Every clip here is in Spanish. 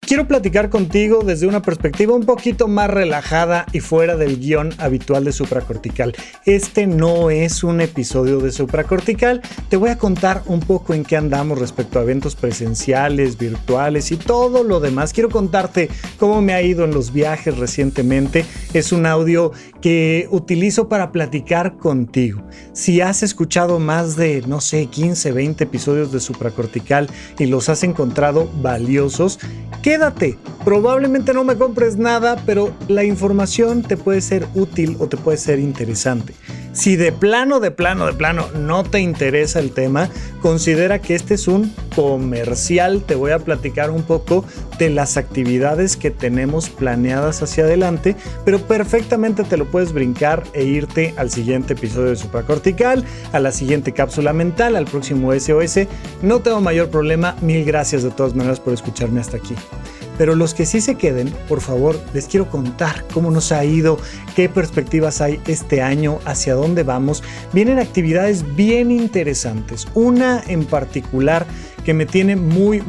quiero platicar contigo desde una perspectiva un poquito más relajada y fuera del guión habitual de Supracortical. Este no es un episodio de Supracortical. Te voy a contar un poco en qué andamos respecto a eventos presenciales, virtuales y todo lo demás. Quiero contarte cómo me ha ido en los viajes recientemente. Es un audio que utilizo para platicar contigo. Si has escuchado más de, 15, 20 episodios de Supracortical y los has encontrado valiosos, quédate. Probablemente no me compres nada, pero la información te puede ser útil o te puede ser interesante. Si de plano no te interesa el tema, considera que este es un comercial. Te voy a platicar un poco de las actividades que tenemos planeadas hacia adelante, pero perfectamente te lo puedes brincar e irte al siguiente episodio de Supracortical, a la siguiente cápsula mental, al próximo SOS. No tengo mayor problema. Mil gracias de todas maneras por escucharme hasta aquí. Pero los que sí se queden, por favor, les quiero contar cómo nos ha ido, qué perspectivas hay este año, hacia dónde vamos. Vienen actividades bien interesantes. Una en particular que me tiene muy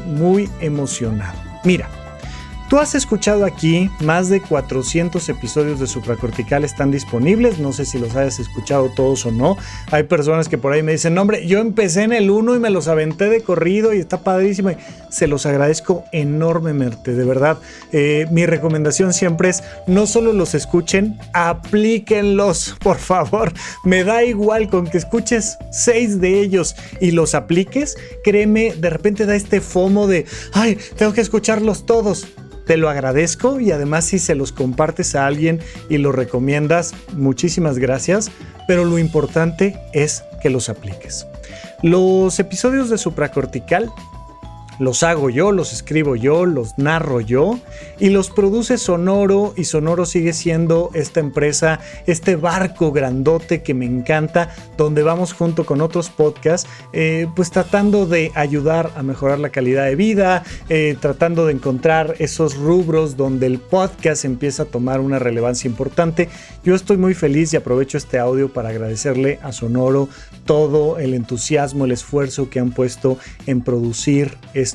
emocionado. Mira, tú has escuchado aquí, más de 400 episodios de Supracortical están disponibles. No sé si los hayas escuchado todos o no. Hay personas que por ahí me dicen, no, hombre, yo empecé en el 1 y me los aventé de corrido y está padrísimo. Y se los agradezco enormemente, de verdad. Mi recomendación siempre es, no solo los escuchen, aplíquenlos, por favor. Me da igual con que escuches 6 de ellos y los apliques. Créeme, de repente da este FOMO de, ay, tengo que escucharlos todos. Te lo agradezco y además si se los compartes a alguien y lo recomiendas, muchísimas gracias, pero lo importante es que los apliques. Los episodios de Supracortical los hago yo, los escribo yo, los narro yo y los produce Sonoro, y Sonoro sigue siendo esta empresa, este barco grandote que me encanta, donde vamos junto con otros podcasts, pues tratando de ayudar a mejorar la calidad de vida, tratando de encontrar esos rubros donde el podcast empieza a tomar una relevancia importante. Yo estoy muy feliz y aprovecho este audio para agradecerle a Sonoro todo el entusiasmo, el esfuerzo que han puesto en producir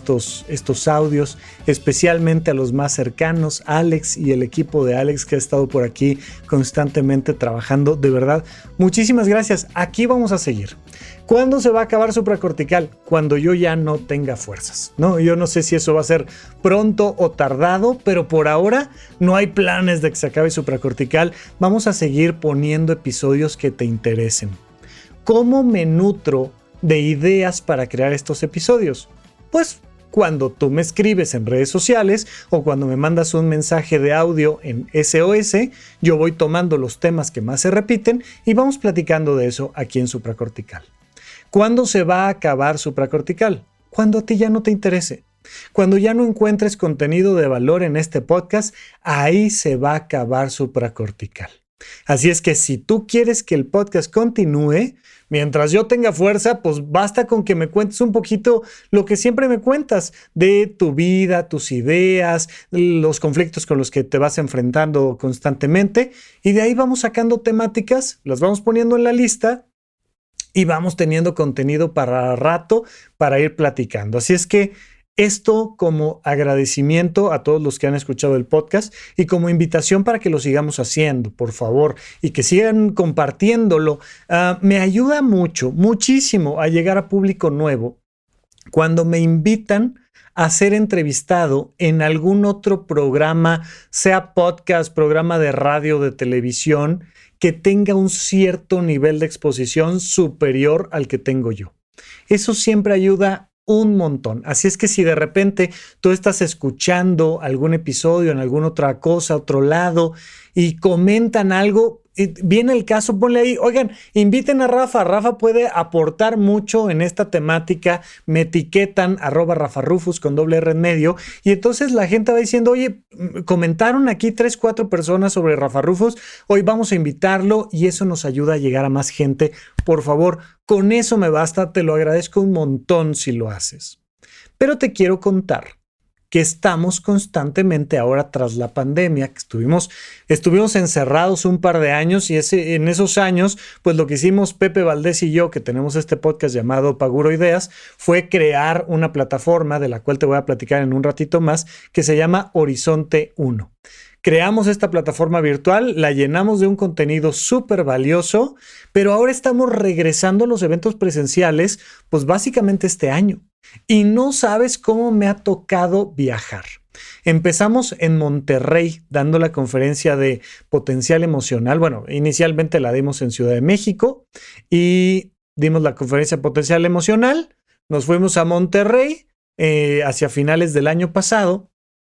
estos audios, especialmente a los más cercanos, Alex y el equipo de Alex que ha estado por aquí constantemente trabajando. De verdad, muchísimas gracias. Aquí vamos a seguir. ¿Cuándo se va a acabar Supracortical? Cuando yo ya no tenga fuerzas, ¿no? Yo no sé si eso va a ser pronto o tardado, pero por ahora no hay planes de que se acabe Supracortical. Vamos a seguir poniendo episodios que te interesen. ¿Cómo me nutro de ideas para crear estos episodios? Pues cuando tú me escribes en redes sociales o cuando me mandas un mensaje de audio en SOS, yo voy tomando los temas que más se repiten y vamos platicando de eso aquí en Supracortical. ¿Cuándo se va a acabar Supracortical? Cuando a ti ya no te interese. Cuando ya no encuentres contenido de valor en este podcast, ahí se va a acabar Supracortical. Así es que si tú quieres que el podcast continúe, mientras yo tenga fuerza, pues basta con que me cuentes un poquito lo que siempre me cuentas de tu vida, tus ideas, los conflictos con los que te vas enfrentando constantemente, y de ahí vamos sacando temáticas, las vamos poniendo en la lista y vamos teniendo contenido para rato para ir platicando. Así es que esto como agradecimiento a todos los que han escuchado el podcast y como invitación para que lo sigamos haciendo, por favor, y que sigan compartiéndolo. Me ayuda muchísimo a llegar a público nuevo cuando me invitan a ser entrevistado en algún otro programa, sea podcast, programa de radio, de televisión, que tenga un cierto nivel de exposición superior al que tengo yo. Eso siempre ayuda un montón. Así es que si de repente tú estás escuchando algún episodio en alguna otra cosa, otro lado, y comentan algo, viene el caso, ponle ahí, oigan, inviten a Rafa. Rafa puede aportar mucho en esta temática. Me etiquetan @RafaRufus con $R en medio. Y entonces la gente va diciendo, oye, comentaron aquí 3-4 personas sobre Rafa Rufus. Hoy vamos a invitarlo y eso nos ayuda a llegar a más gente. Por favor, con eso me basta. Te lo agradezco un montón si lo haces. Pero te quiero contar que estamos constantemente ahora tras la pandemia, que estuvimos encerrados un par de años y en esos años, pues lo que hicimos Pepe Valdés y yo, que tenemos este podcast llamado Paguro Ideas, fue crear una plataforma de la cual te voy a platicar en un ratito más, que se llama Horizonte 1. Creamos esta plataforma virtual, la llenamos de un contenido súper valioso, pero ahora estamos regresando a los eventos presenciales, pues básicamente este año. Y no sabes cómo me ha tocado viajar. Empezamos en Monterrey dando la conferencia de Potencial Emocional. Bueno, inicialmente la dimos en Ciudad de México y dimos la conferencia Potencial Emocional. Nos fuimos a Monterrey hacia finales del año pasado.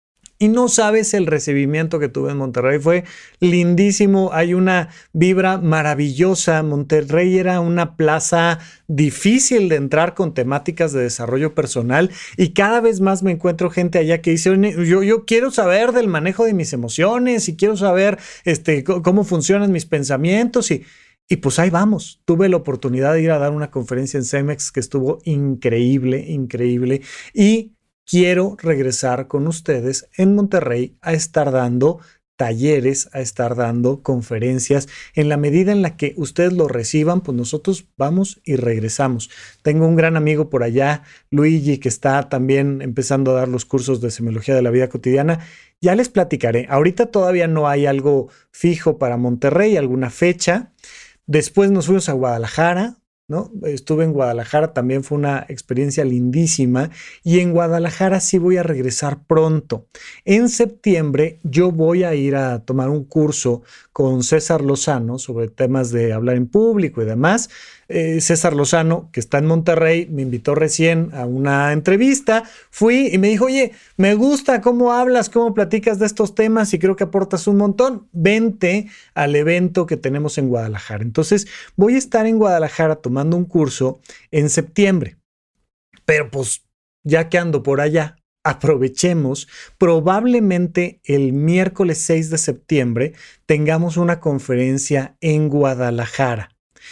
Y no sabes el recibimiento que tuve en Monterrey. Fue lindísimo. Hay una vibra maravillosa. Monterrey era una plaza difícil de entrar con temáticas de desarrollo personal. Y cada vez más me encuentro gente allá que dice, yo quiero saber del manejo de mis emociones y quiero saber cómo funcionan mis pensamientos. Y pues ahí vamos. Tuve la oportunidad de ir a dar una conferencia en Cemex que estuvo increíble, increíble. Y quiero regresar con ustedes en Monterrey a estar dando talleres, a estar dando conferencias. En la medida en la que ustedes lo reciban, pues nosotros vamos y regresamos. Tengo un gran amigo por allá, Luigi, que está también empezando a dar los cursos de semiología de la vida cotidiana. Ya les platicaré. Ahorita todavía no hay algo fijo para Monterrey, alguna fecha. Después nos fuimos a Guadalajara, ¿no? Estuve en Guadalajara, también fue una experiencia lindísima y en Guadalajara sí voy a regresar pronto. En septiembre yo voy a ir a tomar un curso con César Lozano sobre temas de hablar en público y demás. César Lozano, que está en Monterrey, me invitó recién a una entrevista. Fui y me dijo, oye, me gusta cómo hablas, cómo platicas de estos temas y creo que aportas un montón. Vente al evento que tenemos en Guadalajara. Entonces voy a estar en Guadalajara tomando un curso en septiembre. Pero pues ya que ando por allá, aprovechemos. Probablemente el miércoles 6 de septiembre tengamos una conferencia en Guadalajara.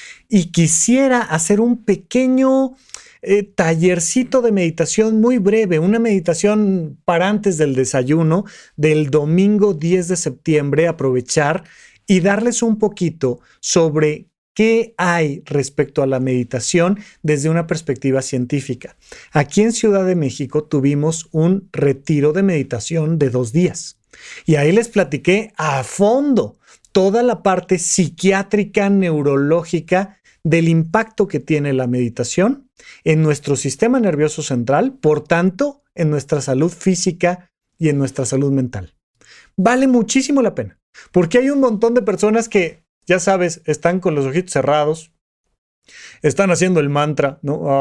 Y quisiera hacer un pequeño tallercito de meditación muy breve, una meditación para antes del desayuno del domingo 10 de septiembre, aprovechar y darles un poquito sobre qué hay respecto a la meditación desde una perspectiva científica. Aquí en Ciudad de México tuvimos un retiro de meditación de 2 días y ahí les platiqué a fondo toda la parte psiquiátrica, neurológica del impacto que tiene la meditación en nuestro sistema nervioso central, por tanto, en nuestra salud física y en nuestra salud mental. Vale muchísimo la pena, porque hay un montón de personas que, ya sabes, están con los ojitos cerrados, están haciendo el mantra,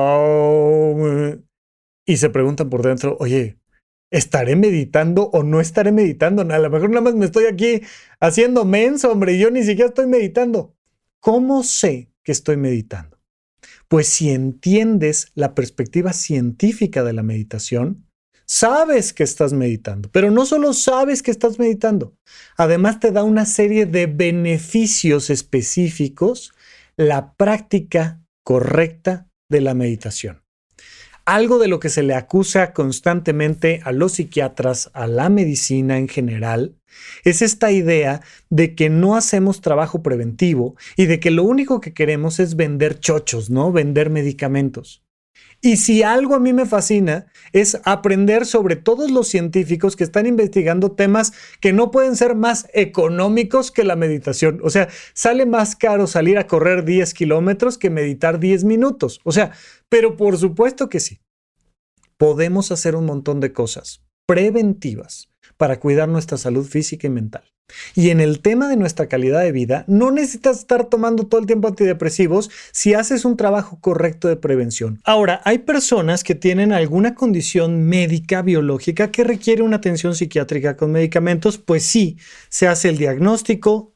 ¿no? Y se preguntan por dentro, oye, ¿estaré meditando o no estaré meditando? A lo mejor nada más me estoy aquí haciendo menso, hombre, y yo ni siquiera estoy meditando. ¿Cómo sé que estoy meditando? Pues si entiendes la perspectiva científica de la meditación, sabes que estás meditando, pero no solo sabes que estás meditando, además te da una serie de beneficios específicos la práctica correcta de la meditación. Algo de lo que se le acusa constantemente a los psiquiatras, a la medicina en general, es esta idea de que no hacemos trabajo preventivo y de que lo único que queremos es vender chochos, ¿no? Vender medicamentos. Y si algo a mí me fascina es aprender sobre todos los científicos que están investigando temas que no pueden ser más económicos que la meditación. O sea, sale más caro salir a correr 10 kilómetros que meditar 10 minutos. O sea, pero por supuesto que sí. Podemos hacer un montón de cosas preventivas para cuidar nuestra salud física y mental. Y en el tema de nuestra calidad de vida, no necesitas estar tomando todo el tiempo antidepresivos si haces un trabajo correcto de prevención. Ahora, hay personas que tienen alguna condición médica, biológica, que requiere una atención psiquiátrica con medicamentos. Pues sí, se hace el diagnóstico,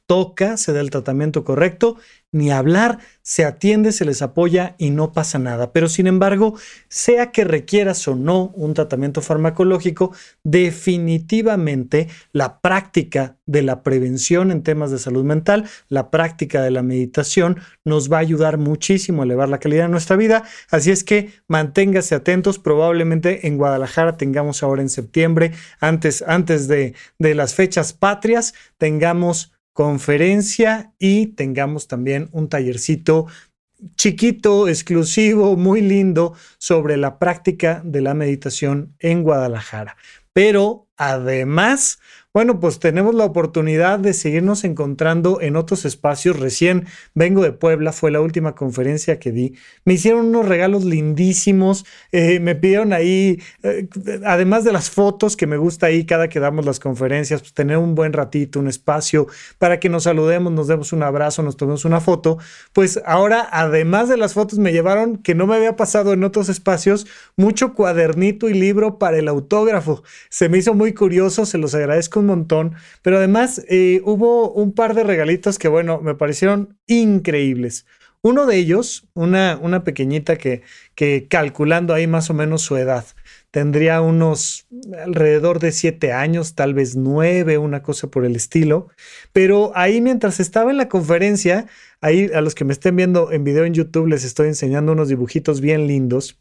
toca, se da el tratamiento correcto, ni hablar, se atiende, se les apoya y no pasa nada. Pero sin embargo, sea que requieras o no un tratamiento farmacológico, definitivamente la práctica de la prevención en temas de salud mental, la práctica de la meditación nos va a ayudar muchísimo a elevar la calidad de nuestra vida. Así es que manténgase atentos. Probablemente en Guadalajara tengamos ahora en septiembre, antes de las fechas patrias, tengamos conferencia y tengamos también un tallercito chiquito, exclusivo, muy lindo sobre la práctica de la meditación en Guadalajara. Pero además, bueno, pues tenemos la oportunidad de seguirnos encontrando en otros espacios. Recién vengo de Puebla, fue la última conferencia que di. Me hicieron unos regalos lindísimos, me pidieron ahí, además de las fotos que me gusta ahí cada que damos las conferencias, pues tener un buen ratito, un espacio para que nos saludemos, nos demos un abrazo, nos tomemos una foto. Pues ahora, además de las fotos, me llevaron, que no me había pasado en otros espacios, mucho cuadernito y libro para el autógrafo. Se me hizo muy curioso, se los agradezco un montón, pero además hubo un par de regalitos que, bueno, me parecieron increíbles. Uno de ellos, una pequeñita que calculando ahí más o menos su edad, tendría unos alrededor de 7 años, tal vez 9, una cosa por el estilo. Pero ahí mientras estaba en la conferencia, ahí a los que me estén viendo en video en YouTube les estoy enseñando unos dibujitos bien lindos.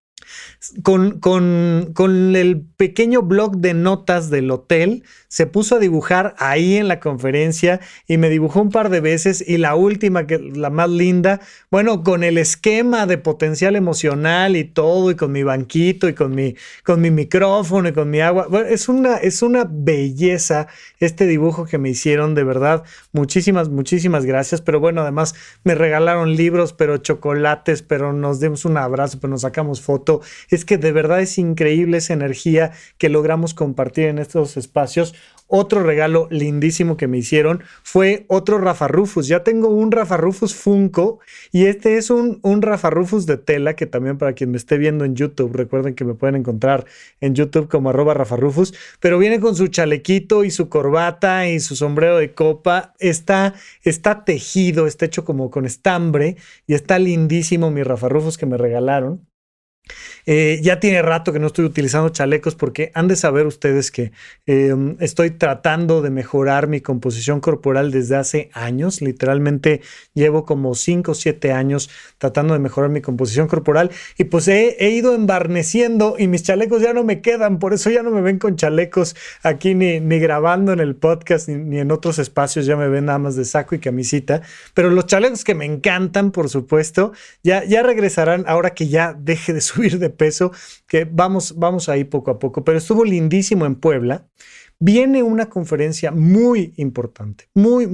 Con el pequeño blog de notas del hotel, se puso a dibujar ahí en la conferencia y me dibujó un par de veces, y la última, que la más linda, bueno, con el esquema de potencial emocional y todo, y con mi banquito y con mi micrófono y con mi agua. Bueno, es una belleza este dibujo que me hicieron, de verdad. Muchísimas gracias. Pero bueno, además me regalaron libros, pero chocolates, pero nos dimos un abrazo, pero nos sacamos foto. Es que de verdad es increíble esa energía que logramos compartir en estos espacios. Otro regalo lindísimo que me hicieron fue otro Rafa Rufus. Ya tengo un Rafa Rufus Funko, y este es un Rafa Rufus de tela, que también, para quien me esté viendo en YouTube, recuerden que me pueden encontrar en YouTube como @Rafa Rufus, pero viene con su chalequito y su corbata y su sombrero de copa. Está tejido, está hecho como con estambre, y está lindísimo mi Rafa Rufus que me regalaron. Ya tiene rato que no estoy utilizando chalecos, porque han de saber ustedes que estoy tratando de mejorar mi composición corporal desde hace años. Literalmente llevo como 5 o 7 años tratando de mejorar mi composición corporal, y pues he ido embarneciendo y mis chalecos ya no me quedan. Por eso ya no me ven con chalecos aquí ni grabando en el podcast ni en otros espacios. Ya me ven nada más de saco y camisita, pero los chalecos, que me encantan, por supuesto, ya regresarán ahora que ya deje de subir de peso, que vamos ahí poco a poco. Pero estuvo lindísimo en Puebla. Viene una conferencia muy importante, muy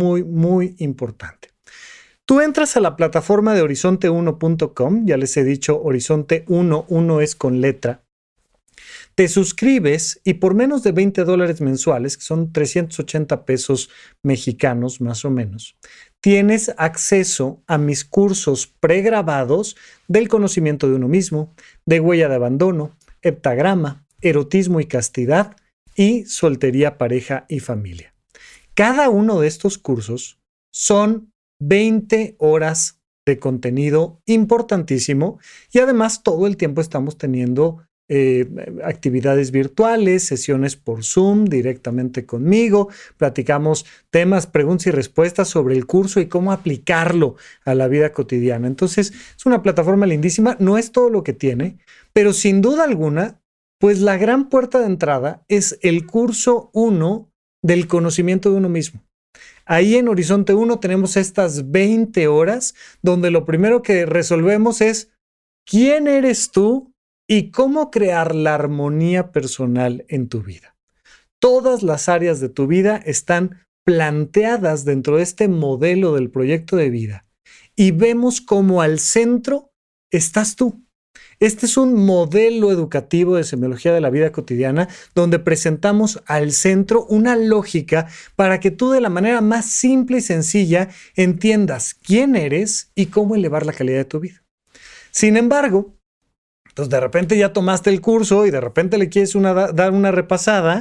importante. Tú entras a la plataforma de horizonte1.com, ya les he dicho, Horizonte 1 es con letra. Te suscribes y por menos de $20 mensuales, que son 380 pesos mexicanos más o menos, tienes acceso a mis cursos pregrabados del conocimiento de uno mismo, de huella de abandono, heptagrama, erotismo y castidad, y soltería, pareja y familia. Cada uno de estos cursos son 20 horas de contenido importantísimo, y además todo el tiempo estamos teniendo actividades virtuales, sesiones por Zoom directamente conmigo. Platicamos temas, preguntas y respuestas sobre el curso y cómo aplicarlo a la vida cotidiana. Entonces, es una plataforma lindísima. No es todo lo que tiene, pero sin duda alguna, pues la gran puerta de entrada es el curso 1 del conocimiento de uno mismo. Ahí en Horizonte 1 tenemos estas 20 horas donde lo primero que resolvemos es ¿quién eres tú? Y cómo crear la armonía personal en tu vida. Todas las áreas de tu vida están planteadas dentro de este modelo del proyecto de vida, y vemos cómo al centro estás tú. Este es un modelo educativo de semiología de la vida cotidiana, donde presentamos al centro una lógica para que tú, de la manera más simple y sencilla, entiendas quién eres y cómo elevar la calidad de tu vida. Sin embargo, entonces de repente ya tomaste el curso y de repente le quieres dar una repasada,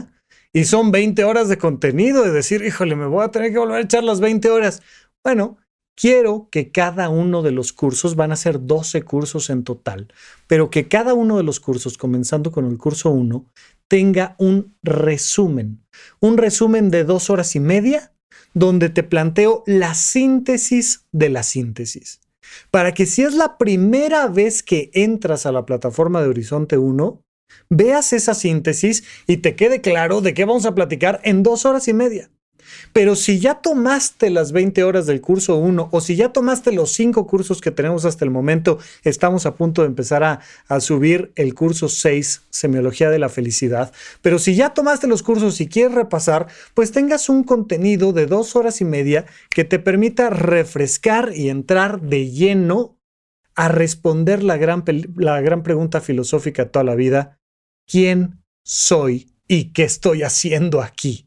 y son 20 horas de contenido, de decir, híjole, me voy a tener que volver a echar las 20 horas. Bueno, quiero que cada uno de los cursos, van a ser 12 cursos en total, pero que cada uno de los cursos, comenzando con el curso 1, tenga un resumen de 2 horas y media, donde te planteo la síntesis de la síntesis. Para que si es la primera vez que entras a la plataforma de Horizonte 1, veas esa síntesis y te quede claro de qué vamos a platicar en 2 horas y media. Pero si ya tomaste las 20 horas del curso 1 o si ya tomaste los 5 cursos que tenemos hasta el momento, estamos a punto de empezar a subir el curso 6, Semiología de la Felicidad. Pero si ya tomaste los cursos y quieres repasar, pues tengas un contenido de 2 horas y media que te permita refrescar y entrar de lleno a responder la gran pregunta filosófica de toda la vida: ¿quién soy y qué estoy haciendo aquí?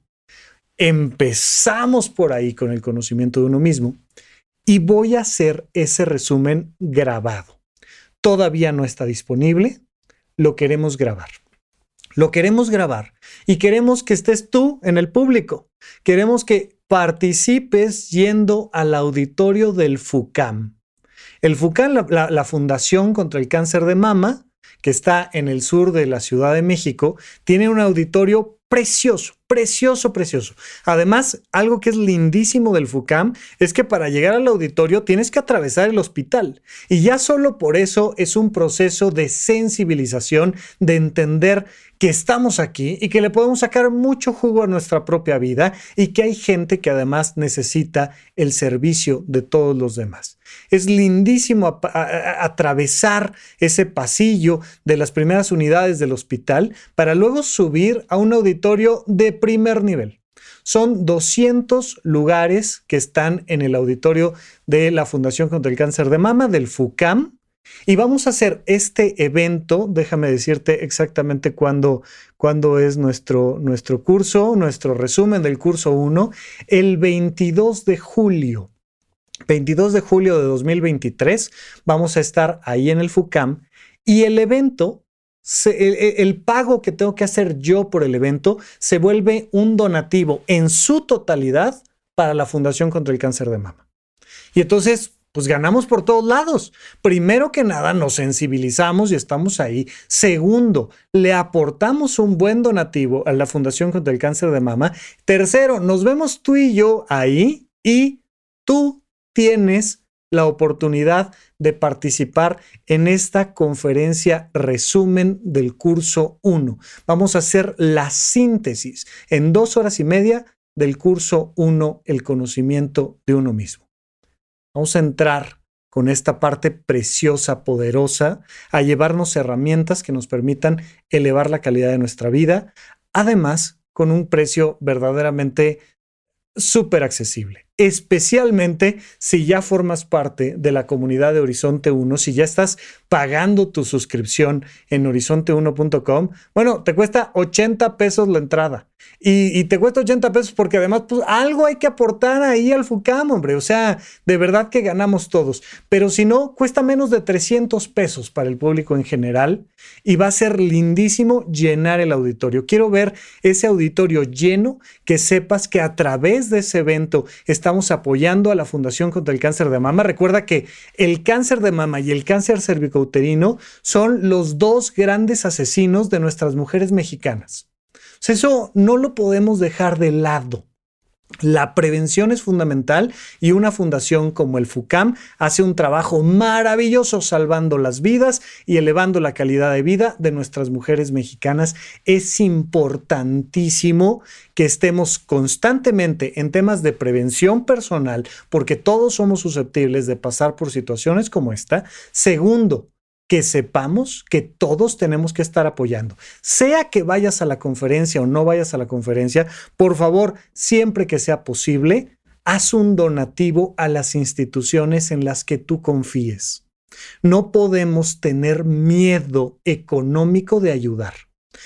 Empezamos por ahí con el conocimiento de uno mismo y voy a hacer ese resumen grabado. Todavía no está disponible, lo queremos grabar. Lo queremos grabar y queremos que estés tú en el público. Queremos que participes yendo al auditorio del FUCAM. El FUCAM, la Fundación contra el Cáncer de Mama, que está en el sur de la Ciudad de México, tiene un auditorio precioso, precioso, precioso. Además, algo que es lindísimo del FUCAM es que para llegar al auditorio tienes que atravesar el hospital. Y ya solo por eso es un proceso de sensibilización, de entender que estamos aquí y que le podemos sacar mucho jugo a nuestra propia vida y que hay gente que además necesita el servicio de todos los demás. Es lindísimo atravesar ese pasillo de las primeras unidades del hospital para luego subir a un auditorio de primer nivel. Son 200 lugares que están en el auditorio de la Fundación contra el Cáncer de Mama, del FUCAM, y vamos a hacer este evento. Déjame decirte exactamente cuándo es nuestro curso, nuestro resumen del curso 1, el 22 de julio. 22 de julio de 2023 vamos a estar ahí en el FUCAM y el evento, el pago que tengo que hacer yo por el evento se vuelve un donativo en su totalidad para la Fundación contra el Cáncer de Mama. Y entonces, pues ganamos por todos lados. Primero que nada, nos sensibilizamos y estamos ahí. Segundo, le aportamos un buen donativo a la Fundación contra el Cáncer de Mama. Tercero, nos vemos tú y yo ahí y tú tienes la oportunidad de participar en esta conferencia resumen del curso 1. Vamos a hacer la síntesis en 2 horas y media del curso 1, el conocimiento de uno mismo. Vamos a entrar con esta parte preciosa, poderosa, a llevarnos herramientas que nos permitan elevar la calidad de nuestra vida, además con un precio verdaderamente súper accesible, especialmente si ya formas parte de la comunidad de Horizonte 1, si ya estás pagando tu suscripción en horizonte1.com. Bueno, te cuesta 80 pesos la entrada y te cuesta 80 pesos porque además pues, algo hay que aportar ahí al FUCAM, hombre. O sea, de verdad que ganamos todos, pero si no, cuesta menos de 300 pesos para el público en general y va a ser lindísimo llenar el auditorio. Quiero ver ese auditorio lleno, que sepas que a través de ese evento estamos apoyando a la Fundación contra el Cáncer de Mama. Recuerda que el cáncer de mama y el cáncer cervicouterino son los 2 grandes asesinos de nuestras mujeres mexicanas. O sea, eso no lo podemos dejar de lado. La prevención es fundamental y una fundación como el FUCAM hace un trabajo maravilloso salvando las vidas y elevando la calidad de vida de nuestras mujeres mexicanas. Es importantísimo que estemos constantemente en temas de prevención personal porque todos somos susceptibles de pasar por situaciones como esta. Segundo, que sepamos que todos tenemos que estar apoyando. Sea que vayas a la conferencia o no vayas a la conferencia, por favor, siempre que sea posible, haz un donativo a las instituciones en las que tú confíes. No podemos tener miedo económico de ayudar.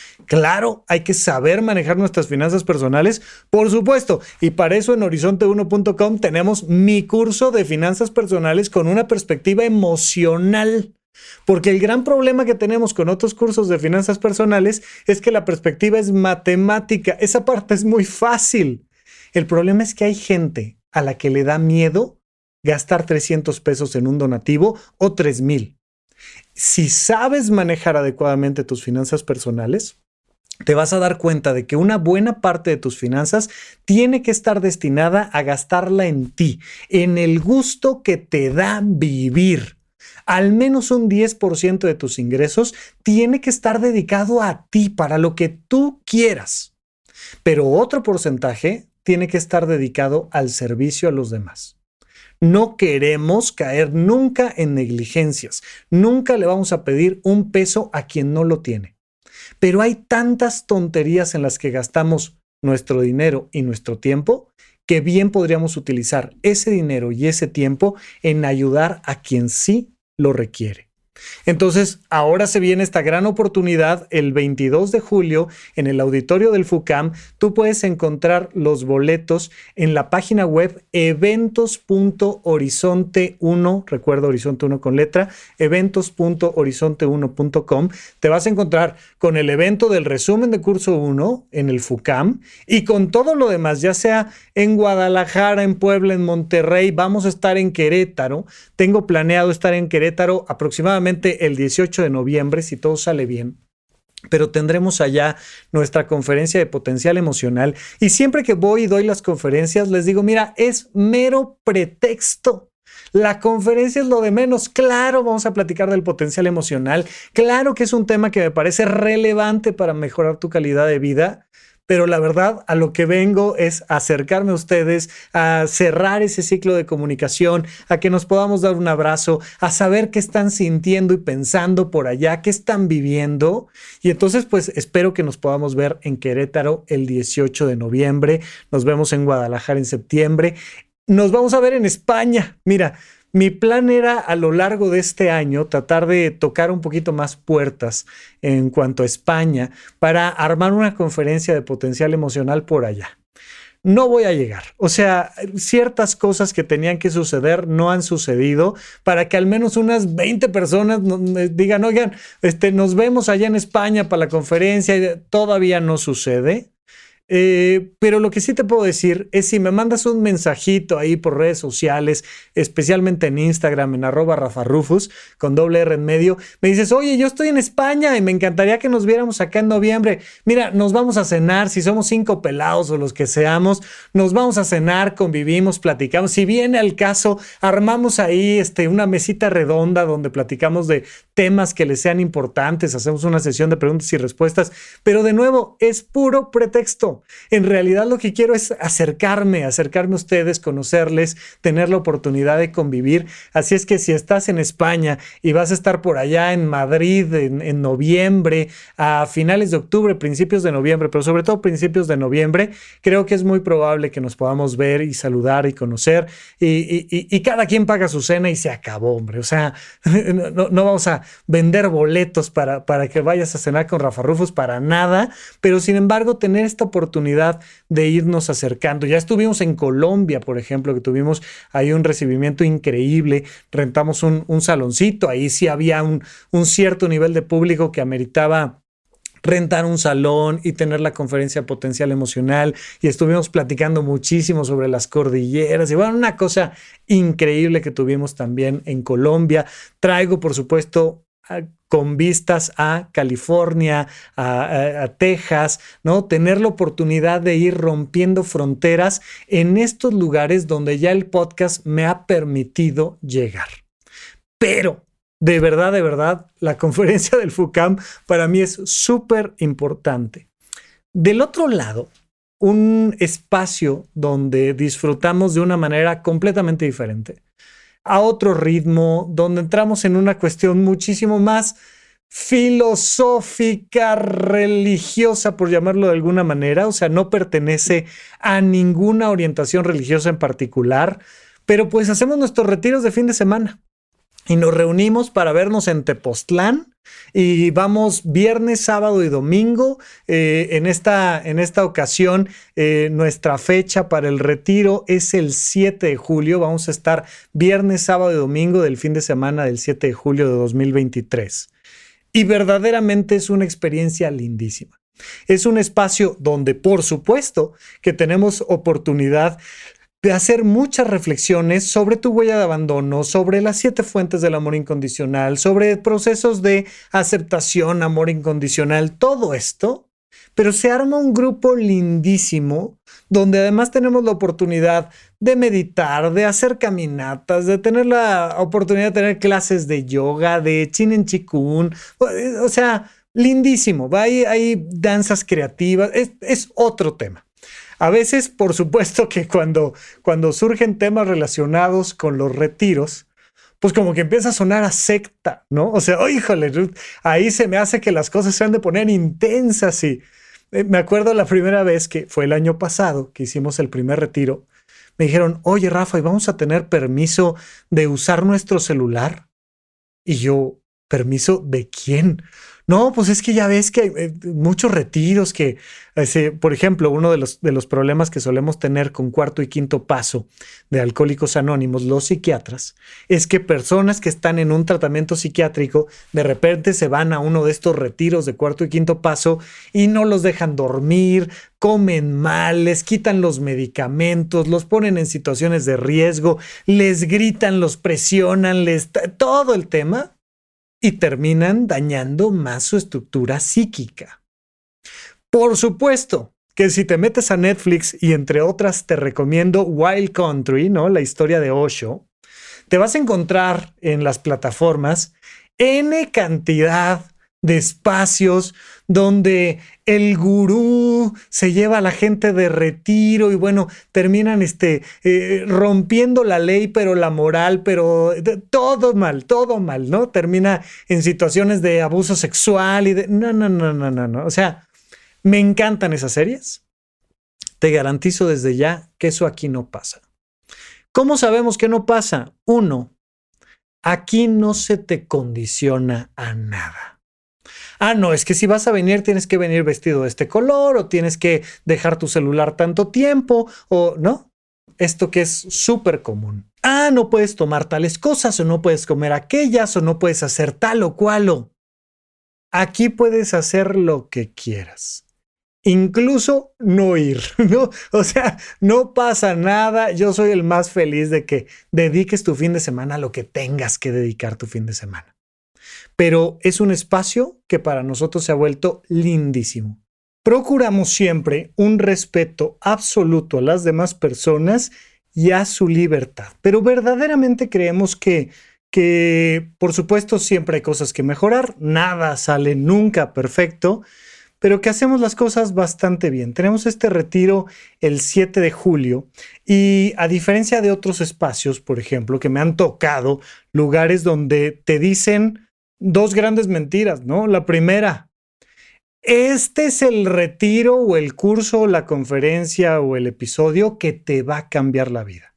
Claro, hay que saber manejar nuestras finanzas personales, por supuesto, y para eso en horizonte1.com tenemos mi curso de finanzas personales con una perspectiva emocional. Porque el gran problema que tenemos con otros cursos de finanzas personales es que la perspectiva es matemática. Esa parte es muy fácil. El problema es que hay gente a la que le da miedo gastar 300 pesos en un donativo o 3,000. Si sabes manejar adecuadamente tus finanzas personales, te vas a dar cuenta de que una buena parte de tus finanzas tiene que estar destinada a gastarla en ti, en el gusto que te da vivir. Al menos un 10% de tus ingresos tiene que estar dedicado a ti, para lo que tú quieras. Pero otro porcentaje tiene que estar dedicado al servicio a los demás. No queremos caer nunca en negligencias. Nunca le vamos a pedir un peso a quien no lo tiene. Pero hay tantas tonterías en las que gastamos nuestro dinero y nuestro tiempo que bien podríamos utilizar ese dinero y ese tiempo en ayudar a quien sí lo requiere. Entonces, ahora se viene esta gran oportunidad. El 22 de julio, en el auditorio del FUCAM, tú puedes encontrar los boletos en la página web eventos.horizonte1, recuerda Horizonte 1 con letra, eventos.horizonte1.com. Te vas a encontrar con el evento del resumen de curso 1 en el FUCAM y con todo lo demás, ya sea en Guadalajara, en Puebla, en Monterrey. Vamos a estar en Querétaro. Tengo planeado estar en Querétaro aproximadamente el 18 de noviembre, si todo sale bien. Pero tendremos allá nuestra conferencia de potencial emocional. Y siempre que voy y doy las conferencias, les digo, mira, es mero pretexto. La conferencia es lo de menos. Claro, vamos a platicar del potencial emocional. Claro que es un tema que me parece relevante para mejorar tu calidad de vida. Pero la verdad, a lo que vengo es acercarme a ustedes, a cerrar ese ciclo de comunicación, a que nos podamos dar un abrazo, a saber qué están sintiendo y pensando por allá, qué están viviendo. Y entonces, pues espero que nos podamos ver en Querétaro el 18 de noviembre. Nos vemos en Guadalajara en septiembre. Nos vamos a ver en España. Mira, mi plan era a lo largo de este año tratar de tocar un poquito más puertas en cuanto a España para armar una conferencia de potencial emocional por allá. No voy a llegar. O sea, ciertas cosas que tenían que suceder no han sucedido para que al menos unas 20 personas digan, oigan, nos vemos allá en España para la conferencia. Todavía no sucede. Pero lo que sí te puedo decir es, si me mandas un mensajito ahí por redes sociales, especialmente en Instagram, en @RafaRufus, con doble R en medio, me dices, oye, yo estoy en España y me encantaría que nos viéramos acá en noviembre. Mira, nos vamos a cenar, si somos 5 pelados o los que seamos, nos vamos a cenar, convivimos, platicamos. Si viene al caso, armamos ahí una mesita redonda donde platicamos de temas que les sean importantes, hacemos una sesión de preguntas y respuestas, pero de nuevo, es puro pretexto. En realidad lo que quiero es acercarme a ustedes, conocerles, tener la oportunidad de convivir. Así es que si estás en España y vas a estar por allá en Madrid en noviembre, a finales de octubre, principios de noviembre, pero sobre todo principios de noviembre, creo que es muy probable que nos podamos ver y saludar y conocer, y cada quien paga su cena y se acabó, hombre. O sea, no vamos a vender boletos para que vayas a cenar con Rafa Rufus, para nada, pero sin embargo tener esta oportunidad de irnos acercando. Ya estuvimos en Colombia, por ejemplo, que tuvimos ahí un recibimiento increíble. Rentamos un saloncito. Ahí sí había un cierto nivel de público que ameritaba rentar un salón y tener la conferencia potencial emocional, y estuvimos platicando muchísimo sobre las cordilleras y bueno, una cosa increíble que tuvimos también en Colombia. Traigo, por supuesto, con vistas a California, a Texas, ¿no? Tener la oportunidad de ir rompiendo fronteras en estos lugares donde ya el podcast me ha permitido llegar. Pero de verdad, la conferencia del FUCAM para mí es súper importante. Del otro lado, un espacio donde disfrutamos de una manera completamente diferente, a otro ritmo, donde entramos en una cuestión muchísimo más filosófica, religiosa, por llamarlo de alguna manera. O sea, no pertenece a ninguna orientación religiosa en particular, pero pues hacemos nuestros retiros de fin de semana. y nos reunimos para vernos en Tepoztlán y vamos viernes, sábado y domingo. En esta ocasión, nuestra fecha para el retiro es el 7 de julio. Vamos a estar viernes, sábado y domingo del fin de semana del 7 de julio de 2023. Y verdaderamente es una experiencia lindísima. Es un espacio donde, por supuesto, que tenemos oportunidad de hacer muchas reflexiones sobre tu huella de abandono, sobre las 7 fuentes del amor incondicional, sobre procesos de aceptación, amor incondicional, todo esto, pero se arma un grupo lindísimo donde además tenemos la oportunidad de meditar, de hacer caminatas, de tener la oportunidad de tener clases de yoga, de Chin Chikun, o sea, lindísimo. Hay danzas creativas, es otro tema. A veces, por supuesto que cuando surgen temas relacionados con los retiros, pues como que empieza a sonar a secta, ¿no? O sea, oh, híjole, ahí se me hace que las cosas se han de poner intensas y me acuerdo la primera vez que fue el año pasado que hicimos el primer retiro, me dijeron, oye Rafa, ¿y vamos a tener permiso de usar nuestro celular? Y yo, ¿permiso de quién? No, pues es que ya ves que hay muchos retiros que, por ejemplo, uno de los problemas que solemos tener con cuarto y quinto paso de Alcohólicos Anónimos, los psiquiatras, es que personas que están en un tratamiento psiquiátrico de repente se van a uno de estos retiros de cuarto y quinto paso y no los dejan dormir, comen mal, les quitan los medicamentos, los ponen en situaciones de riesgo, les gritan, los presionan, todo el tema. Y terminan dañando más su estructura psíquica. Por supuesto que si te metes a Netflix y entre otras te recomiendo Wild Country, ¿no? La historia de Osho, te vas a encontrar en las plataformas N cantidad de espacios donde el gurú se lleva a la gente de retiro y bueno, terminan rompiendo la ley, pero la moral, pero todo mal, ¿no? Termina en situaciones de abuso sexual y de... No. O sea, me encantan esas series. Te garantizo desde ya que eso aquí no pasa. ¿Cómo sabemos que no pasa? 1, aquí no se te condiciona a nada. Ah, no, es que si vas a venir tienes que venir vestido de este color o tienes que dejar tu celular tanto tiempo o no. Esto que es súper común. Ah, no puedes tomar tales cosas o no puedes comer aquellas o no puedes hacer tal o cual o. Aquí puedes hacer lo que quieras. Incluso no ir, ¿no? O sea, no pasa nada. Yo soy el más feliz de que dediques tu fin de semana a lo que tengas que dedicar tu fin de semana. Pero es un espacio que para nosotros se ha vuelto lindísimo. Procuramos siempre un respeto absoluto a las demás personas y a su libertad. Pero verdaderamente creemos que por supuesto siempre hay cosas que mejorar. Nada sale nunca perfecto, pero que hacemos las cosas bastante bien. Tenemos este retiro el 7 de julio y a diferencia de otros espacios, por ejemplo, que me han tocado, lugares donde te dicen 2 grandes mentiras, ¿no? La primera, este es el retiro o el curso, la conferencia o el episodio que te va a cambiar la vida.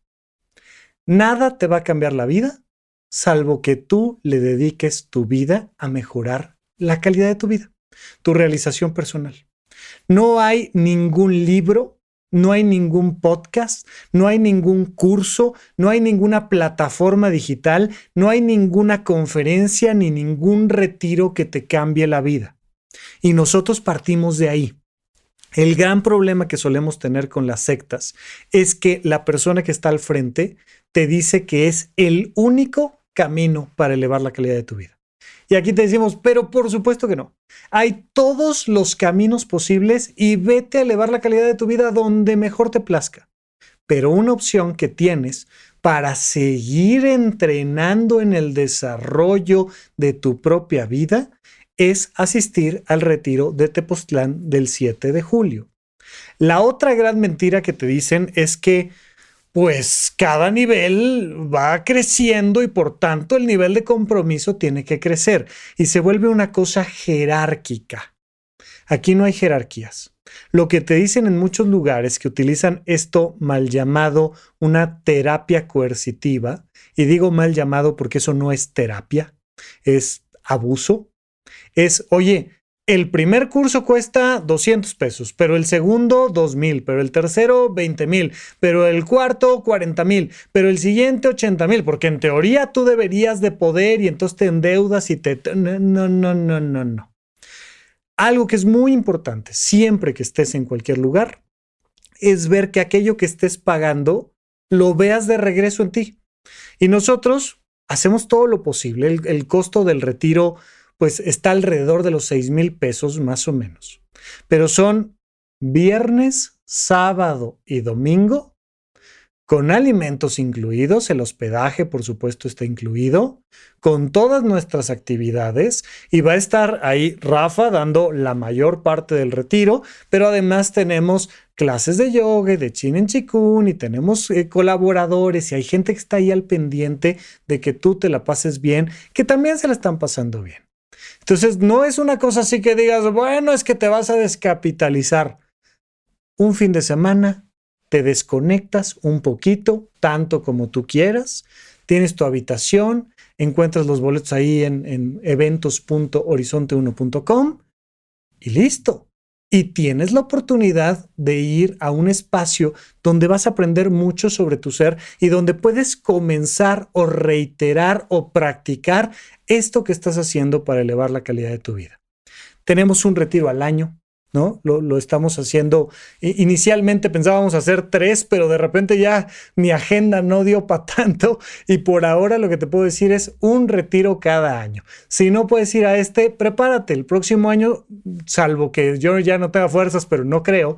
Nada te va a cambiar la vida, salvo que tú le dediques tu vida a mejorar la calidad de tu vida, tu realización personal. No hay ningún libro, no hay ningún podcast, no hay ningún curso, no hay ninguna plataforma digital, no hay ninguna conferencia ni ningún retiro que te cambie la vida. Y nosotros partimos de ahí. El gran problema que solemos tener con las sectas es que la persona que está al frente te dice que es el único camino para elevar la calidad de tu vida. Y aquí te decimos, pero por supuesto que no. Hay todos los caminos posibles y vete a elevar la calidad de tu vida donde mejor te plazca. Pero una opción que tienes para seguir entrenando en el desarrollo de tu propia vida es asistir al retiro de Tepoztlán del 7 de julio. La otra gran mentira que te dicen es que pues cada nivel va creciendo y por tanto el nivel de compromiso tiene que crecer y se vuelve una cosa jerárquica. Aquí no hay jerarquías. Lo que te dicen en muchos lugares que utilizan esto mal llamado una terapia coercitiva, y digo mal llamado porque eso no es terapia, es abuso, es, oye, el primer curso cuesta 200 pesos, pero el segundo 2,000, pero el tercero 20,000, pero el cuarto 40,000, pero el siguiente 80,000, porque en teoría tú deberías de poder y entonces te endeudas y te... No. Algo que es muy importante siempre que estés en cualquier lugar es ver que aquello que estés pagando lo veas de regreso en ti. Y nosotros hacemos todo lo posible. El costo del retiro pues está alrededor de los 6,000 pesos más o menos. Pero son viernes, sábado y domingo con alimentos incluidos, el hospedaje por supuesto está incluido, con todas nuestras actividades, y va a estar ahí Rafa dando la mayor parte del retiro, pero además tenemos clases de yoga, de Chin Chikun, y tenemos colaboradores, y hay gente que está ahí al pendiente de que tú te la pases bien, que también se la están pasando bien. Entonces no es una cosa así que digas, bueno, es que te vas a descapitalizar. Un fin de semana te desconectas un poquito, tanto como tú quieras, tienes tu habitación, encuentras los boletos ahí en eventos.horizonte1.com y listo. Y tienes la oportunidad de ir a un espacio donde vas a aprender mucho sobre tu ser y donde puedes comenzar o reiterar o practicar esto que estás haciendo para elevar la calidad de tu vida. Tenemos un retiro al año, ¿no? Lo estamos haciendo. Inicialmente pensábamos hacer 3, pero de repente ya mi agenda no dio para tanto y por ahora lo que te puedo decir es un retiro cada año. Si no puedes ir a prepárate el próximo año, salvo que yo ya no tenga fuerzas, pero no creo.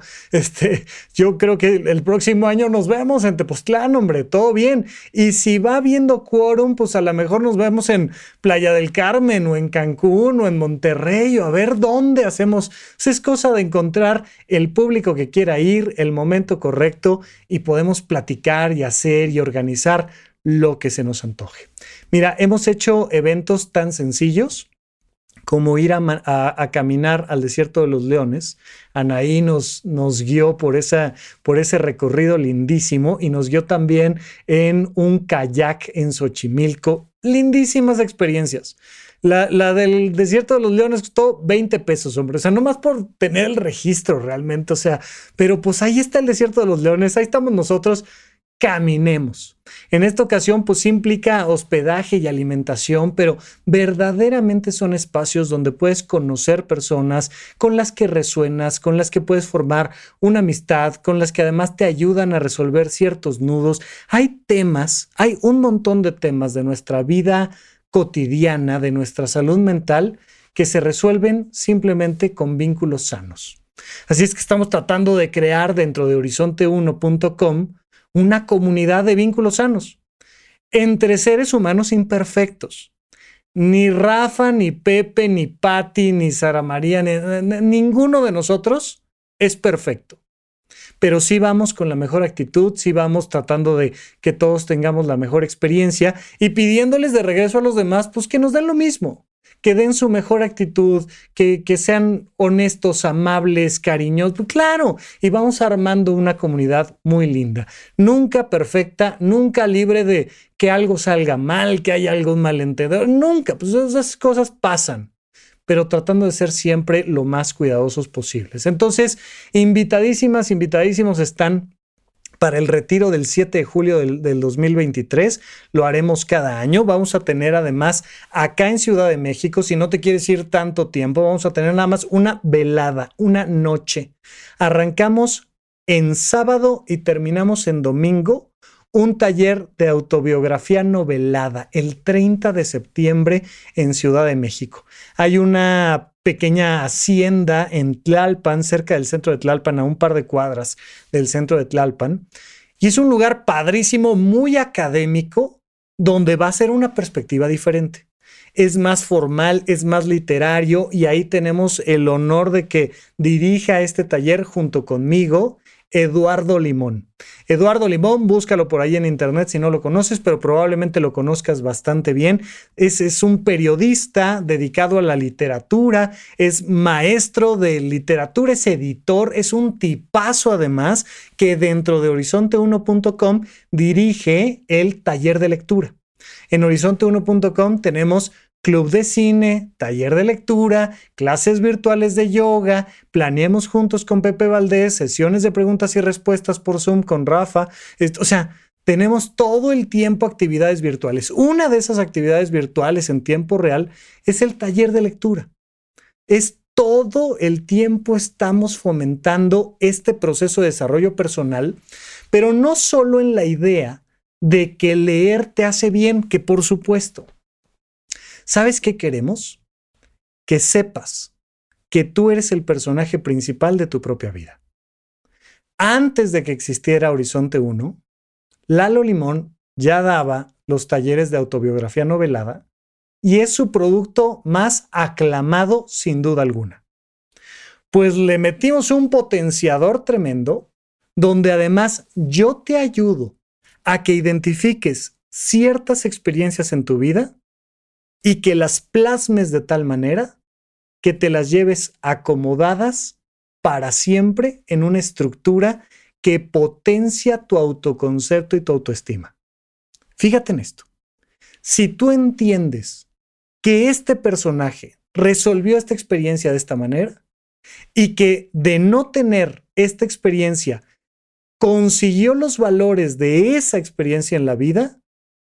Yo creo que el próximo año nos vemos en Tepoztlán, hombre, todo bien. Y si va habiendo quórum, pues a lo mejor nos vemos en Playa del Carmen o en Cancún o en Monterrey o a ver dónde hacemos. Es cosa de encontrar el público que quiera ir, el momento correcto y podemos platicar y hacer y organizar lo que se nos antoje. Mira, hemos hecho eventos tan sencillos como ir a caminar al desierto de los leones. Anaí nos guió por ese recorrido lindísimo y nos guió también en un kayak en Xochimilco. Lindísimas experiencias. La del desierto de los leones costó 20 pesos, hombre. O sea, nomás por tener el registro realmente. O sea, pero pues ahí está el desierto de los leones. Ahí estamos nosotros. Caminemos. En esta ocasión, pues implica hospedaje y alimentación, pero verdaderamente son espacios donde puedes conocer personas con las que resuenas, con las que puedes formar una amistad, con las que además te ayudan a resolver ciertos nudos. Hay un montón de temas de nuestra vida cotidiana, de nuestra salud mental, que se resuelven simplemente con vínculos sanos. Así es que estamos tratando de crear dentro de horizonte1.com una comunidad de vínculos sanos entre seres humanos imperfectos. Ni Rafa, ni Pepe, ni Patti, ni Sara María, ninguno de nosotros es perfecto. Pero sí vamos con la mejor actitud, sí vamos tratando de que todos tengamos la mejor experiencia y pidiéndoles de regreso a los demás, pues que nos den lo mismo, que den su mejor actitud, que sean honestos, amables, cariñosos, pues claro, y vamos armando una comunidad muy linda, nunca perfecta, nunca libre de que algo salga mal, que haya algún malentendido, nunca, pues esas cosas pasan, pero tratando de ser siempre lo más cuidadosos posibles. Entonces, invitadísimos están para el retiro del 7 de julio del 2023. Lo haremos cada año. Vamos a tener además acá en Ciudad de México, si no te quieres ir tanto tiempo, vamos a tener nada más una velada, una noche. Arrancamos en sábado y terminamos en domingo. Un taller de autobiografía novelada el 30 de septiembre en Ciudad de México. Hay una pequeña hacienda en Tlalpan, cerca del centro de Tlalpan, a un par de cuadras del centro de Tlalpan. Y es un lugar padrísimo, muy académico, donde va a ser una perspectiva diferente. Es más formal, es más literario y ahí tenemos el honor de que dirija este taller junto conmigo Eduardo Limón. Eduardo Limón, búscalo por ahí en internet si no lo conoces, pero probablemente lo conozcas bastante bien. Es un periodista dedicado a la literatura, es maestro de literatura, es editor, es un tipazo además que dentro de horizonte1.com dirige el taller de lectura. En horizonte1.com tenemos club de cine, taller de lectura, clases virtuales de yoga, planeemos juntos con Pepe Valdés, sesiones de preguntas y respuestas por Zoom con Rafa. O sea, tenemos todo el tiempo actividades virtuales. Una de esas actividades virtuales en tiempo real es el taller de lectura. Es todo el tiempo estamos fomentando este proceso de desarrollo personal, pero no solo en la idea de que leer te hace bien, que por supuesto. ¿Sabes qué queremos? Que sepas que tú eres el personaje principal de tu propia vida. Antes de que existiera Horizonte 1, Lalo Limón ya daba los talleres de autobiografía novelada y es su producto más aclamado sin duda alguna. Pues le metimos un potenciador tremendo donde además yo te ayudo a que identifiques ciertas experiencias en tu vida y que las plasmes de tal manera que te las lleves acomodadas para siempre en una estructura que potencia tu autoconcepto y tu autoestima. Fíjate en esto. Si tú entiendes que este personaje resolvió esta experiencia de esta manera y que de no tener esta experiencia consiguió los valores de esa experiencia en la vida,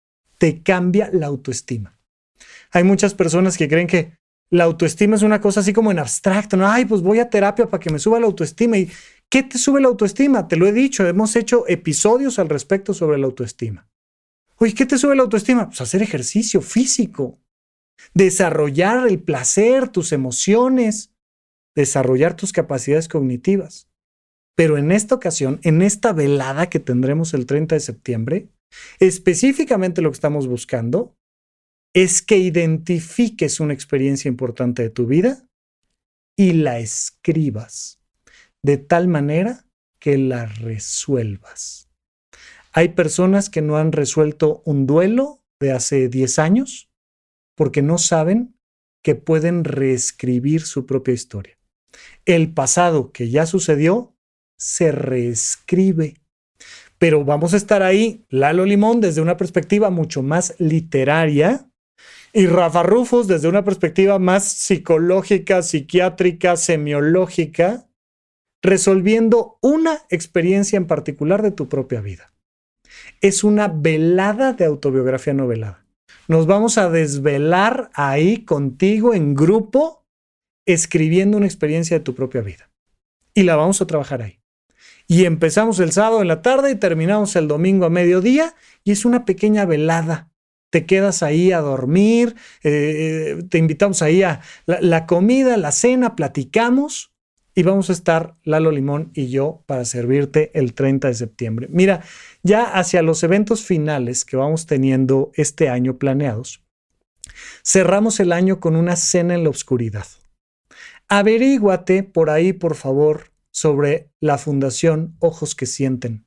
te cambia la autoestima. Hay muchas personas que creen que la autoestima es una cosa así como en abstracto, ¿no? Ay, pues voy a terapia para que me suba la autoestima. ¿Y qué te sube la autoestima? Te lo he dicho, hemos hecho episodios al respecto sobre la autoestima. Oye, ¿qué te sube la autoestima? Pues hacer ejercicio físico, desarrollar el placer, tus emociones, desarrollar tus capacidades cognitivas. Pero en esta ocasión, en esta velada que tendremos el 30 de septiembre, específicamente lo que estamos buscando es que identifiques una experiencia importante de tu vida y la escribas de tal manera que la resuelvas. Hay personas que no han resuelto un duelo de hace 10 años porque no saben que pueden reescribir su propia historia. El pasado que ya sucedió se reescribe. Pero vamos a estar ahí, Lalo Limón, desde una perspectiva mucho más literaria, y Rafa Rufus desde una perspectiva más psicológica, psiquiátrica, semiológica, resolviendo una experiencia en particular de tu propia vida. Es una velada de autobiografía novelada. Nos vamos a desvelar ahí contigo en grupo, escribiendo una experiencia de tu propia vida. Y la vamos a trabajar ahí. Y empezamos el sábado en la tarde y terminamos el domingo a mediodía y es una pequeña velada. Te quedas ahí a dormir, te invitamos ahí a la comida, la cena, platicamos y vamos a estar Lalo Limón y yo para servirte el 30 de septiembre. Mira, ya hacia los eventos finales que vamos teniendo este año planeados, cerramos el año con una cena en la oscuridad. Averíguate por ahí, por favor, sobre la Fundación Ojos que Sienten.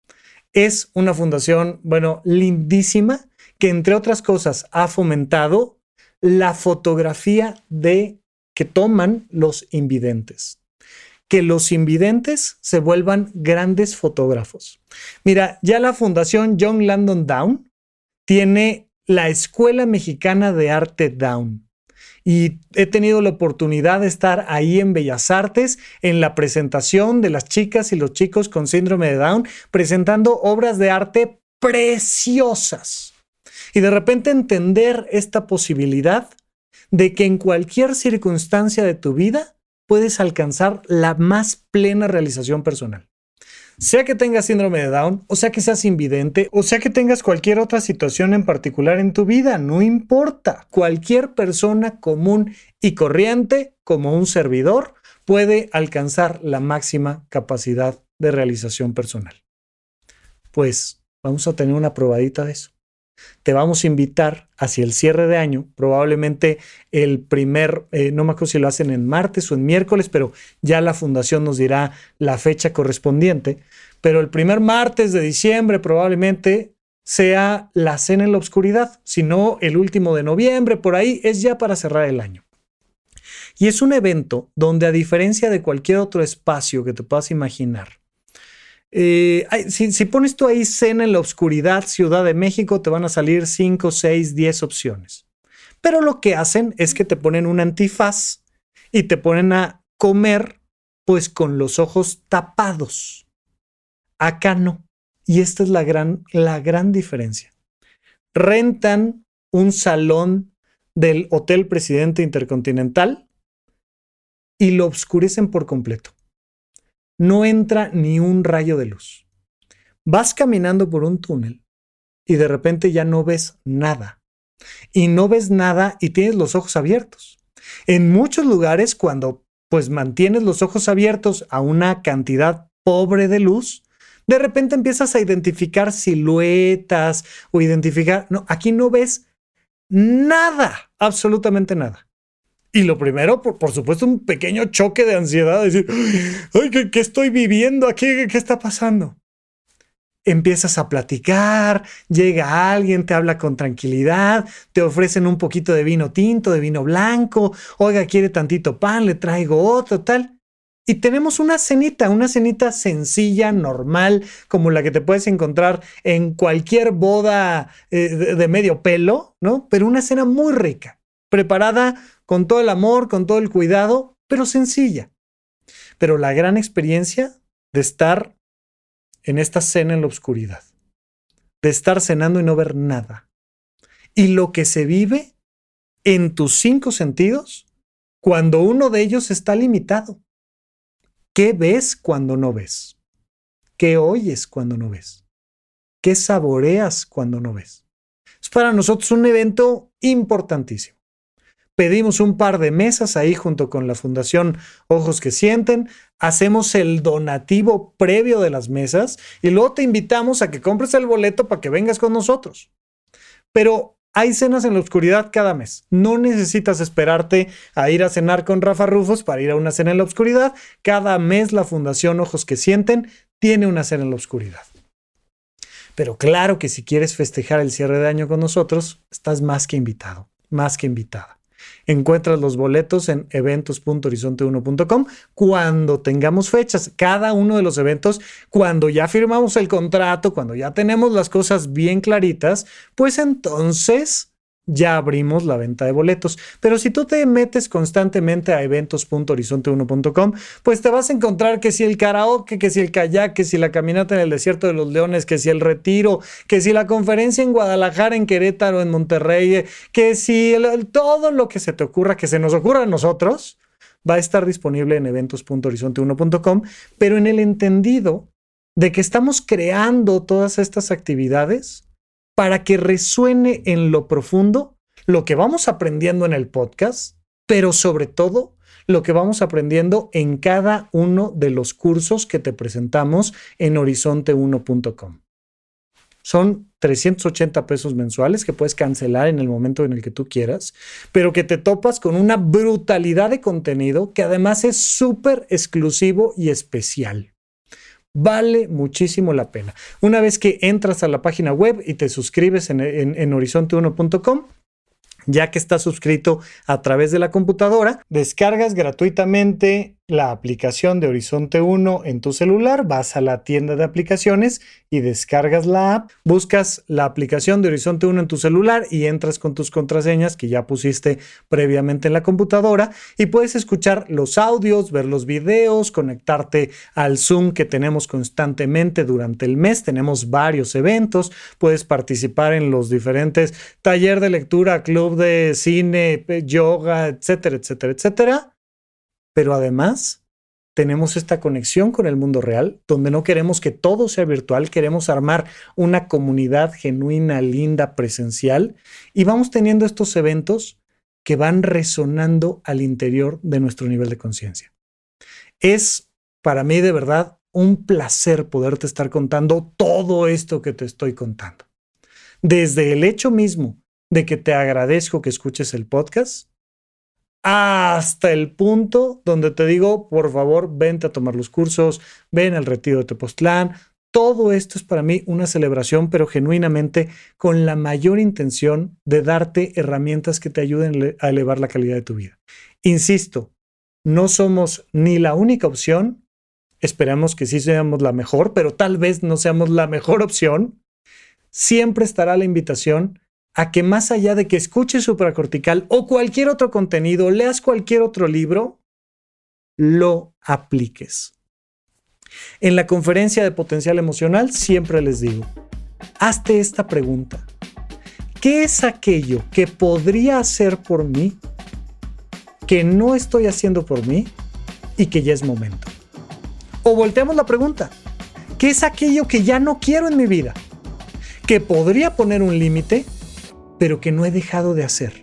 Es una fundación, lindísima, que entre otras cosas ha fomentado la fotografía que toman los invidentes. Que los invidentes se vuelvan grandes fotógrafos. Mira, ya la Fundación John Langdon Down tiene la Escuela Mexicana de Arte Down. Y he tenido la oportunidad de estar ahí en Bellas Artes en la presentación de las chicas y los chicos con síndrome de Down, presentando obras de arte preciosas. Y de repente entender esta posibilidad de que en cualquier circunstancia de tu vida puedes alcanzar la más plena realización personal. Sea que tengas síndrome de Down, o sea que seas invidente, o sea que tengas cualquier otra situación en particular en tu vida, no importa. Cualquier persona común y corriente, como un servidor, puede alcanzar la máxima capacidad de realización personal. Pues vamos a tener una probadita de eso. te vamos a invitar hacia el cierre de año, probablemente el primer, no me acuerdo si lo hacen en martes o en miércoles, pero ya la fundación nos dirá la fecha correspondiente, pero el primer martes de diciembre probablemente sea la cena en la oscuridad, si no el último de noviembre, por ahí es ya para cerrar el año. Y es un evento donde, a diferencia de cualquier otro espacio que te puedas imaginar, si pones tú ahí cena en la oscuridad, Ciudad de México, te van a salir 5, 6, 10 opciones. Pero lo que hacen es que te ponen un antifaz y te ponen a comer pues con los ojos tapados. Acá no. Y esta es la gran diferencia. Rentan un salón del Hotel Presidente Intercontinental y lo oscurecen por completo. No entra ni un rayo de luz. Vas caminando por un túnel y de repente ya no ves nada. Y no ves nada y tienes los ojos abiertos. En muchos lugares, cuando pues mantienes los ojos abiertos a una cantidad pobre de luz, de repente empiezas a identificar siluetas o identificar... No, aquí no ves nada, absolutamente nada. Y lo primero, por supuesto, un pequeño choque de ansiedad, decir, ay, ¿qué estoy viviendo aquí? ¿Qué está pasando? Empiezas a platicar, llega alguien, te habla con tranquilidad, te ofrecen un poquito de vino tinto, de vino blanco, oiga, quiere tantito pan, le traigo otro, tal. Y tenemos una cenita sencilla, normal, como la que te puedes encontrar en cualquier boda de medio pelo, ¿no? Pero una cena muy rica, preparada con todo el amor, con todo el cuidado, pero sencilla. Pero la gran experiencia de estar en esta cena en la oscuridad, de estar cenando y no ver nada. Y lo que se vive en tus 5 sentidos cuando uno de ellos está limitado. ¿Qué ves cuando no ves? ¿Qué oyes cuando no ves? ¿Qué saboreas cuando no ves? Es para nosotros un evento importantísimo. Pedimos un par de mesas ahí junto con la Fundación Ojos que Sienten, hacemos el donativo previo de las mesas y luego te invitamos a que compres el boleto para que vengas con nosotros. Pero hay cenas en la oscuridad cada mes. No necesitas esperarte a ir a cenar con Rafa Rufus para ir a una cena en la oscuridad. Cada mes la Fundación Ojos que Sienten tiene una cena en la oscuridad. Pero claro que si quieres festejar el cierre de año con nosotros, estás más que invitado, más que invitada. Encuentras los boletos en eventos.horizonte1.com cuando tengamos fechas. Cada uno de los eventos, cuando ya firmamos el contrato, cuando ya tenemos las cosas bien claritas, pues entonces ya abrimos la venta de boletos. Pero si tú te metes constantemente a eventos.horizonte1.com, pues te vas a encontrar que si el karaoke, que si el kayak, que si la caminata en el desierto de los leones, que si el retiro, que si la conferencia en Guadalajara, en Querétaro, en Monterrey, que si todo lo que se te ocurra, que se nos ocurra a nosotros, va a estar disponible en eventos.horizonte1.com, pero en el entendido de que estamos creando todas estas actividades para que resuene en lo profundo lo que vamos aprendiendo en el podcast, pero sobre todo lo que vamos aprendiendo en cada uno de los cursos que te presentamos en horizonte1.com. Son 380 pesos mensuales que puedes cancelar en el momento en el que tú quieras, pero que te topas con una brutalidad de contenido que además es súper exclusivo y especial. Vale muchísimo la pena. Una vez que entras a la página web y te suscribes en horizonte1.com, ya que estás suscrito a través de la computadora, descargas gratuitamente la aplicación de Horizonte 1 en tu celular, vas a la tienda de aplicaciones y descargas la app, buscas la aplicación de Horizonte 1 en tu celular y entras con tus contraseñas que ya pusiste previamente en la computadora y puedes escuchar los audios, ver los videos, conectarte al Zoom que tenemos constantemente durante el mes. Tenemos varios eventos, puedes participar en los diferentes taller de lectura, club de cine, yoga, etcétera, etcétera, etcétera. Pero además tenemos esta conexión con el mundo real, donde no queremos que todo sea virtual, queremos armar una comunidad genuina, linda, presencial, y vamos teniendo estos eventos que van resonando al interior de nuestro nivel de conciencia. Es para mí de verdad un placer poderte estar contando todo esto que te estoy contando. Desde el hecho mismo de que te agradezco que escuches el podcast, hasta el punto donde te digo, por favor, vente a tomar los cursos, ven al retiro de Tepoztlán. Todo esto es para mí una celebración, pero genuinamente con la mayor intención de darte herramientas que te ayuden a elevar la calidad de tu vida. Insisto, no somos ni la única opción, esperamos que sí seamos la mejor, pero tal vez no seamos la mejor opción. Siempre estará la invitación a que más allá de que escuches supracortical o cualquier otro contenido, leas cualquier otro libro, lo apliques. En la conferencia de Potencial Emocional siempre les digo, hazte esta pregunta. ¿Qué es aquello que podría hacer por mí, que no estoy haciendo por mí y que ya es momento? O volteamos la pregunta. ¿Qué es aquello que ya no quiero en mi vida, que podría poner un límite, pero que no he dejado de hacer?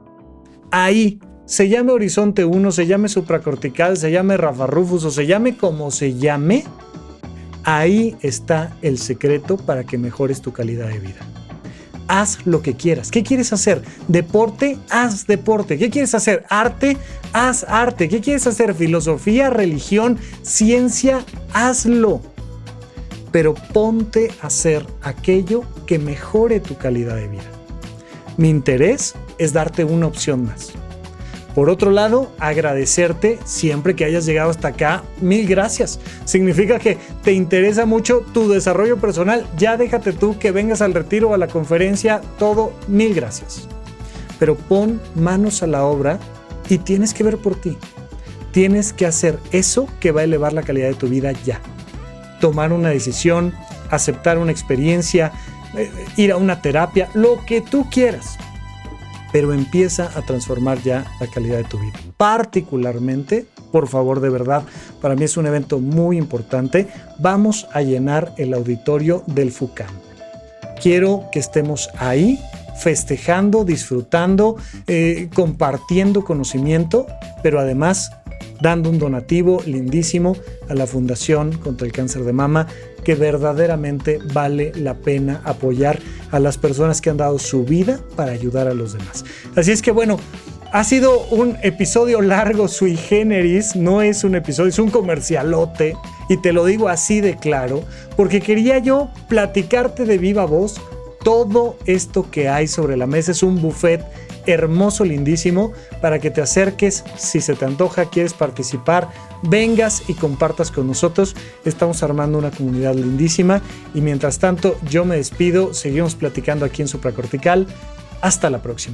Ahí, se llame Horizonte 1, se llame supracortical, se llame Rafa Rufus o se llame como se llame, ahí está el secreto para que mejores tu calidad de vida. Haz lo que quieras. ¿Qué quieres hacer? ¿Deporte? Haz deporte. ¿Qué quieres hacer? ¿Arte? Haz arte. ¿Qué quieres hacer? ¿Filosofía, religión, ciencia? Hazlo. Pero ponte a hacer aquello que mejore tu calidad de vida. Mi interés es darte una opción más. Por otro lado, agradecerte siempre que hayas llegado hasta acá. 1000 gracias. Significa que te interesa mucho tu desarrollo personal. Ya déjate tú que vengas al retiro o a la conferencia. Todo, 1000 gracias. Pero pon manos a la obra y tienes que ver por ti. Tienes que hacer eso que va a elevar la calidad de tu vida ya. Tomar una decisión, aceptar una experiencia, ir a una terapia, lo que tú quieras. Pero empieza a transformar ya la calidad de tu vida. Particularmente, por favor, de verdad, para mí es un evento muy importante. Vamos a llenar el auditorio del FUCAM. Quiero que estemos ahí festejando, disfrutando, compartiendo conocimiento, pero además dando un donativo lindísimo a la Fundación contra el Cáncer de Mama, que verdaderamente vale la pena apoyar a las personas que han dado su vida para ayudar a los demás. Así es que bueno, ha sido un episodio largo sui generis, no es un episodio, es un comercialote, y te lo digo así de claro, porque quería yo platicarte de viva voz todo esto que hay sobre la mesa. Es un buffet hermoso, lindísimo, para que te acerques. Si se te antoja, quieres participar, vengas y compartas con nosotros. Estamos armando una comunidad lindísima y mientras tanto yo me despido. Seguimos platicando aquí en Supracortical. Hasta la próxima.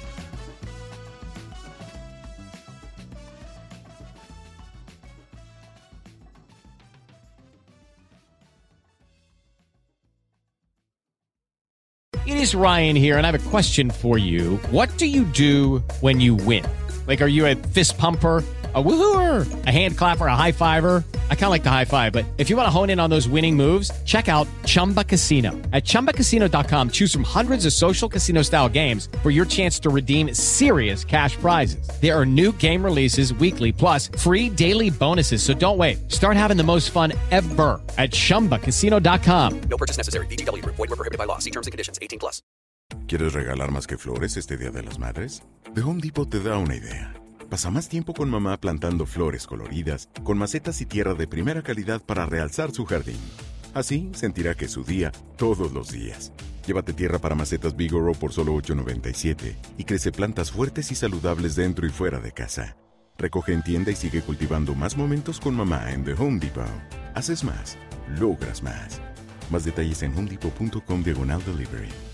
It is Ryan here, and I have a question for you. What do you do when you win? Like, are you a fist pumper, a woohooer, a hand clapper, a high fiver? I kind of like the high five, but if you want to hone in on those winning moves, check out Chumba Casino. At ChumbaCasino.com, choose from hundreds of social casino-style games for your chance to redeem serious cash prizes. There are new game releases weekly, plus free daily bonuses, so don't wait. Start having the most fun ever at ChumbaCasino.com. No purchase necessary. VGW Group. Void where prohibited by law. See terms and conditions. 18+. ¿Quieres regalar más que flores este Día de las Madres? The Home Depot te da una idea. Pasa más tiempo con mamá plantando flores coloridas, con macetas y tierra de primera calidad para realzar su jardín. Así sentirá que es su día todos los días. Llévate tierra para macetas Vigoro por solo $8.97 y crece plantas fuertes y saludables dentro y fuera de casa. Recoge en tienda y sigue cultivando más momentos con mamá en The Home Depot. Haces más, logras más. Más detalles en homedepot.com/delivery.